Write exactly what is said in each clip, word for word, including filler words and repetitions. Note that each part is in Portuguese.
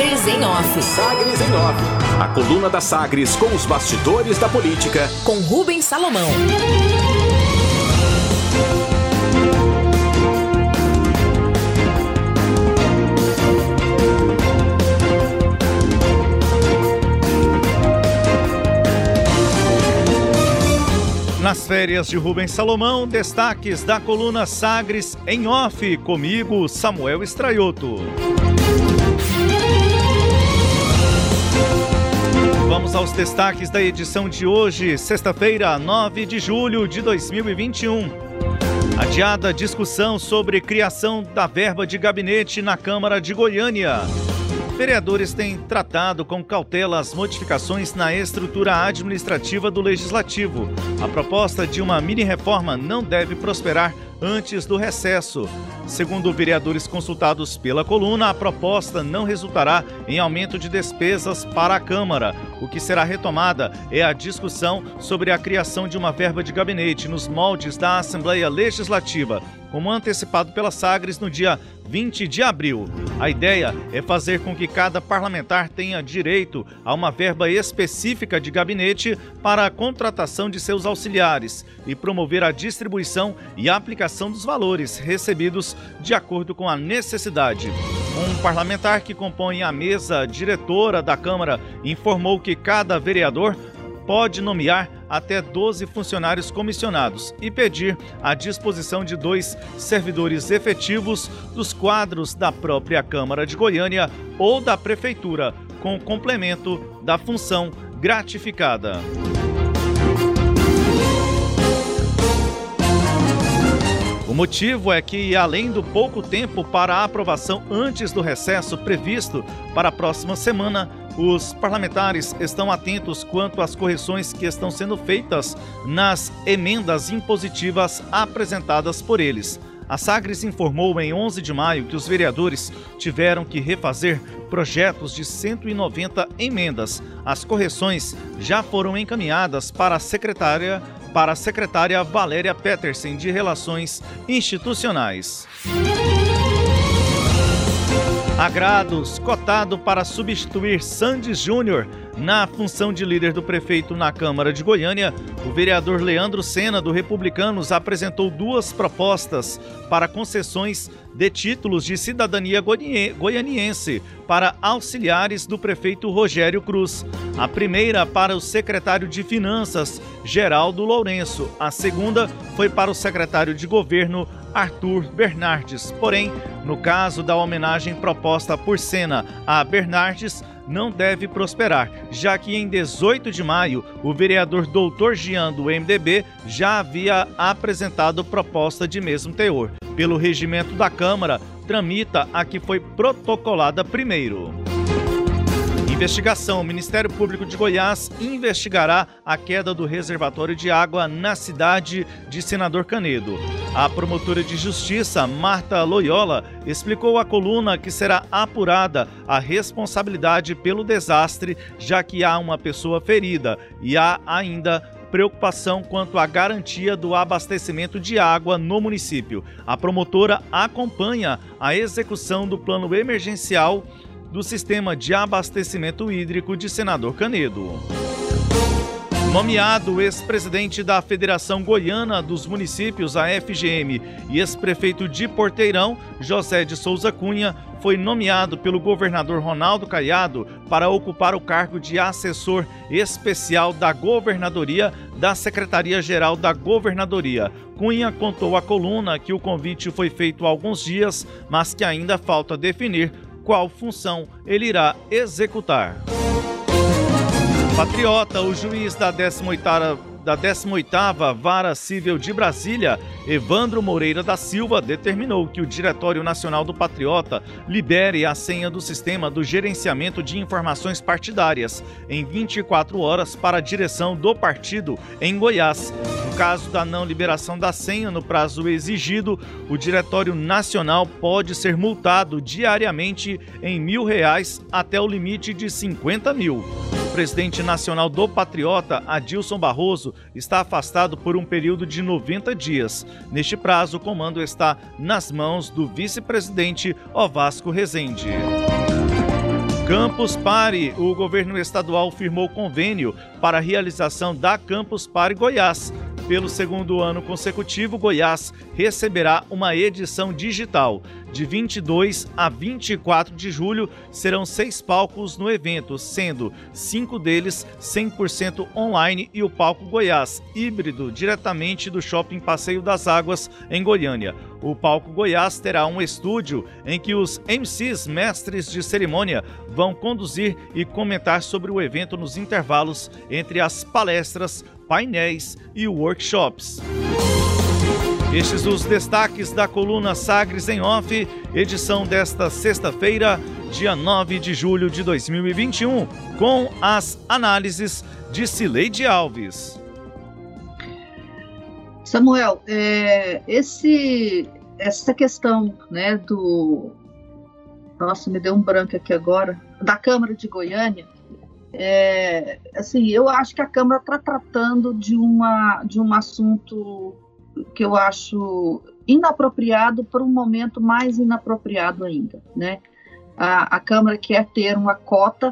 Sagres em Off. Sagres em Off. A coluna da Sagres com os bastidores da política. Com Rubens Salomão. Nas férias de Rubens Salomão, destaques da coluna Sagres em Off, comigo, Samuel Estraioto. Vamos aos destaques da edição de hoje, sexta-feira, nove de julho de dois mil e vinte e um. Adiada discussão sobre criação da verba de gabinete na Câmara de Goiânia. Vereadores têm tratado com cautela as modificações na estrutura administrativa do Legislativo. A proposta de uma mini-reforma não deve prosperar antes do recesso. Segundo vereadores consultados pela coluna, a proposta não resultará em aumento de despesas para a Câmara. O que será retomada é a discussão sobre a criação de uma verba de gabinete nos moldes da Assembleia Legislativa, como antecipado pela Sagres no dia vinte de abril. A ideia é fazer com que cada parlamentar tenha direito a uma verba específica de gabinete para a contratação de seus auxiliares e promover a distribuição e aplicação dos valores recebidos de acordo com a necessidade. Um parlamentar que compõe a mesa diretora da Câmara informou que cada vereador pode nomear até doze funcionários comissionados e pedir a disposição de dois servidores efetivos dos quadros da própria Câmara de Goiânia ou da Prefeitura, com complemento da função gratificada. O motivo é que, além do pouco tempo para a aprovação antes do recesso previsto para a próxima semana, os parlamentares estão atentos quanto às correções que estão sendo feitas nas emendas impositivas apresentadas por eles. A Sagres informou em onze de maio que os vereadores tiveram que refazer projetos de cento e noventa emendas. As correções já foram encaminhadas para a secretária, para a secretária Valéria Petersen, de Relações Institucionais. Agrados, cotado para substituir Sandes Júnior na função de líder do prefeito na Câmara de Goiânia, o vereador Leandro Sena, do Republicanos, apresentou duas propostas para concessões de títulos de cidadania goianiense para auxiliares do prefeito Rogério Cruz. A primeira para o secretário de Finanças, Geraldo Lourenço. A segunda foi para o secretário de Governo, Arthur Bernardes. Porém, no caso da homenagem proposta por Sena a Bernardes, não deve prosperar, já que em dezoito de maio o vereador doutor Jean, do M D B, já havia apresentado proposta de mesmo teor. Pelo regimento da Câmara, tramita a que foi protocolada primeiro. Investigação. O Ministério Público de Goiás investigará a queda do reservatório de água na cidade de Senador Canedo. A promotora de justiça, Marta Loyola, explicou à coluna que será apurada a responsabilidade pelo desastre, já que há uma pessoa ferida e há ainda preocupação quanto à garantia do abastecimento de água no município. A promotora acompanha a execução do plano emergencial do Sistema de Abastecimento Hídrico de Senador Canedo. Nomeado ex-presidente da Federação Goiana dos Municípios, a F G M, e ex-prefeito de Porteirão, José de Souza Cunha, foi nomeado pelo governador Ronaldo Caiado para ocupar o cargo de assessor especial da Governadoria da Secretaria-Geral da Governadoria. Cunha contou à coluna que o convite foi feito há alguns dias, mas que ainda falta definir qual função ele irá executar. Patriota, o juiz da décima oitava, da décima oitava Vara Civil de Brasília, Evandro Moreira da Silva, determinou que o Diretório Nacional do Patriota libere a senha do Sistema do Gerenciamento de Informações Partidárias em vinte e quatro horas para a direção do partido em Goiás. No caso da não liberação da senha no prazo exigido, o Diretório Nacional pode ser multado diariamente em mil reais até o limite de cinquenta mil. O presidente nacional do Patriota, Adilson Barroso, está afastado por um período de noventa dias. Neste prazo, o comando está nas mãos do vice-presidente Ovasco Rezende. Campus Party. O governo estadual firmou convênio para a realização da Campus Party Goiás. Pelo segundo ano consecutivo, Goiás receberá uma edição digital. De vinte e dois a vinte e quatro de julho, serão seis palcos no evento, sendo cinco deles cem por cento online e o palco Goiás, híbrido, diretamente do Shopping Passeio das Águas, em Goiânia. O palco Goiás terá um estúdio em que os M Cs, mestres de cerimônia, vão conduzir e comentar sobre o evento nos intervalos entre as palestras, painéis e workshops. Estes os destaques da coluna Sagres em Off, edição desta sexta-feira, dia nove de julho de dois mil e vinte e um, com as análises de Cileide Alves. Samuel, é, esse, essa questão, né, do... Nossa, me deu um branco aqui agora. Da Câmara de Goiânia. É, assim, eu acho que a Câmara está tratando de, uma, de um assunto que eu acho inapropriado para um momento mais inapropriado ainda, né? A, a Câmara quer ter uma cota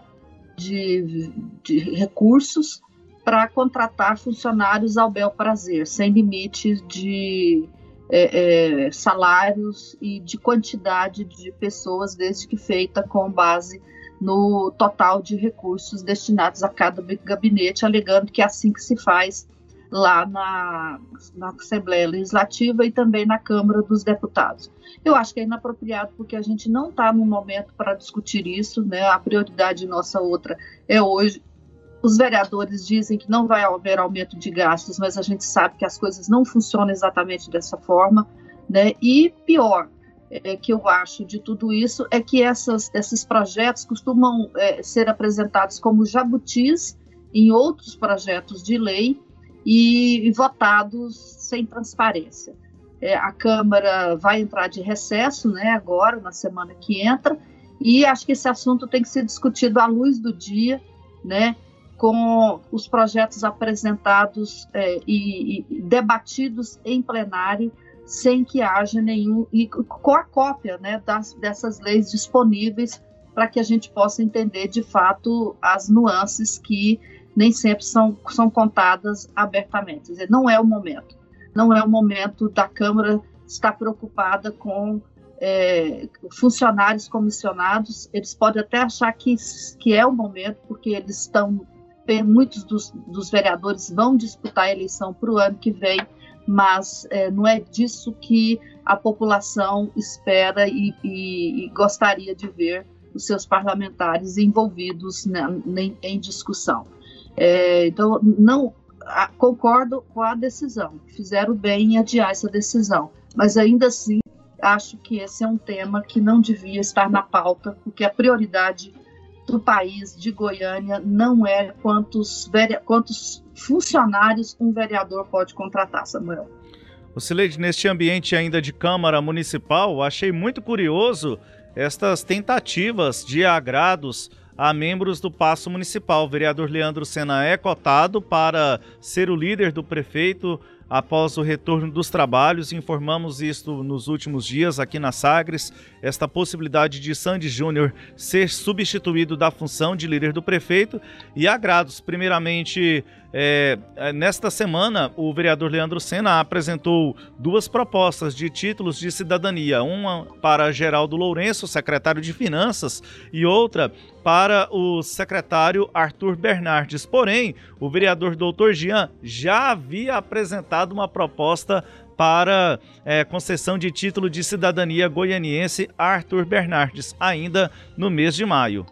de, de recursos para contratar funcionários ao bel prazer, sem limite de é, é, salários e de quantidade de pessoas, desde que feita com base no total de recursos destinados a cada gabinete, alegando que é assim que se faz lá na, na Assembleia Legislativa e também na Câmara dos Deputados. Eu acho que é inapropriado porque a gente não está no momento para discutir isso, né? A prioridade nossa outra é hoje. Os vereadores dizem que não vai haver aumento de gastos, mas a gente sabe que as coisas não funcionam exatamente dessa forma, né? E pior, É, que eu acho de tudo isso é que essas, esses projetos costumam é, ser apresentados como jabutis em outros projetos de lei e, e votados sem transparência. É, a Câmara vai entrar de recesso, né, agora, na semana que entra, e acho que esse assunto tem que ser discutido à luz do dia, né, com os projetos apresentados é, e, e debatidos em plenário, sem que haja nenhum, e com a cópia, né, das, dessas leis disponíveis para que a gente possa entender de fato as nuances que nem sempre são, são contadas abertamente. Quer dizer, não é o momento, não é o momento da Câmara estar preocupada com é, funcionários comissionados. Eles podem até achar que, que é o momento, porque eles estão, muitos dos, dos vereadores vão disputar a eleição para o ano que vem, mas é, não é disso que a população espera e, e, e gostaria de ver os seus parlamentares envolvidos, né, em, em discussão. É, então, não a, concordo com a decisão, fizeram bem em adiar essa decisão, mas ainda assim acho que esse é um tema que não devia estar na pauta, porque a prioridade do país, de Goiânia, não é quantos, quantos funcionários um vereador pode contratar, Samuel. O Cileide, neste ambiente ainda de Câmara Municipal, achei muito curioso estas tentativas de agrados a membros do Paço Municipal. O vereador Leandro Sena é cotado para ser o líder do prefeito após o retorno dos trabalhos. Informamos isto nos últimos dias aqui na Sagres, esta possibilidade de Sandy Júnior ser substituído da função de líder do prefeito e agrados. Primeiramente, é, nesta semana, o vereador Leandro Sena apresentou duas propostas de títulos de cidadania, uma para Geraldo Lourenço, secretário de Finanças, e outra para o secretário Arthur Bernardes. Porém, o vereador doutor Jean já havia apresentado uma proposta para é, concessão de título de cidadania goianiense a Arthur Bernardes, ainda no mês de maio.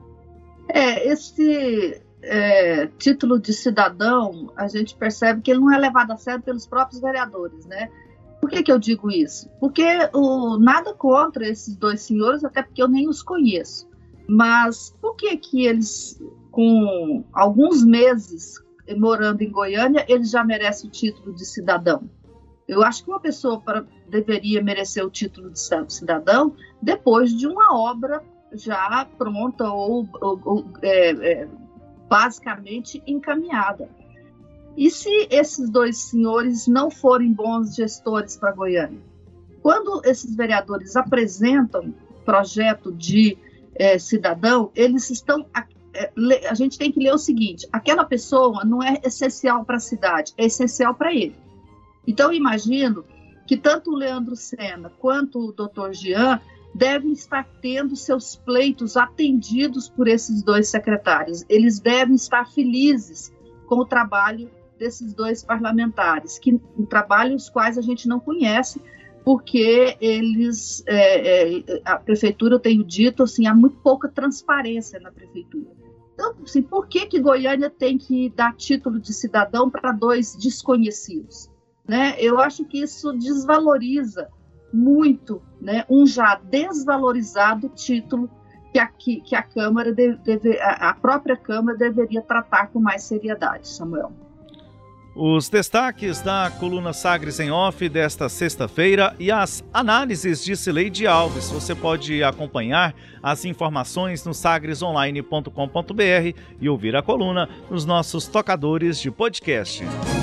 É, esse é, título de cidadão, a gente percebe que ele não é levado a sério pelos próprios vereadores, né? Por que que eu digo isso? Porque o, nada contra esses dois senhores, até porque eu nem os conheço. Mas por que que eles, com alguns meses morando em Goiânia, eles já merecem o título de cidadão? Eu acho que uma pessoa para, deveria merecer o título de cidadão depois de uma obra já pronta ou, ou, ou é, é, basicamente encaminhada. E se esses dois senhores não forem bons gestores para Goiânia? Quando esses vereadores apresentam projeto de é, cidadão, eles estão... A, é, a gente tem que ler o seguinte, aquela pessoa não é essencial para a cidade, é essencial para ele. Então, eu imagino que tanto o Leandro Senna quanto o doutor Jean devem estar tendo seus pleitos atendidos por esses dois secretários. Eles devem estar felizes com o trabalho desses dois parlamentares, que um trabalho os quais a gente não conhece, porque eles, é, é, a prefeitura, eu tenho dito, assim, há muito pouca transparência na prefeitura. Então, assim, por que que Goiânia tem que dar título de cidadão para dois desconhecidos? Né? Eu acho que isso desvaloriza muito, né, um já desvalorizado título que a, que, que a Câmara, deve, deve, a própria Câmara deveria tratar com mais seriedade, Samuel. Os destaques da coluna Sagres em Off desta sexta-feira e as análises de Cileide Alves. Você pode acompanhar as informações no sagres online ponto com ponto b r e ouvir a coluna nos nossos tocadores de podcast.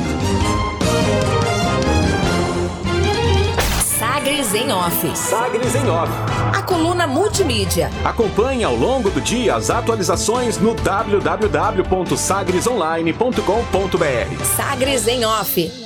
Sagres em Off. Sagres em Off. A coluna multimídia. Acompanhe ao longo do dia as atualizações no w w w ponto sagres online ponto com ponto b r. Sagres em Off.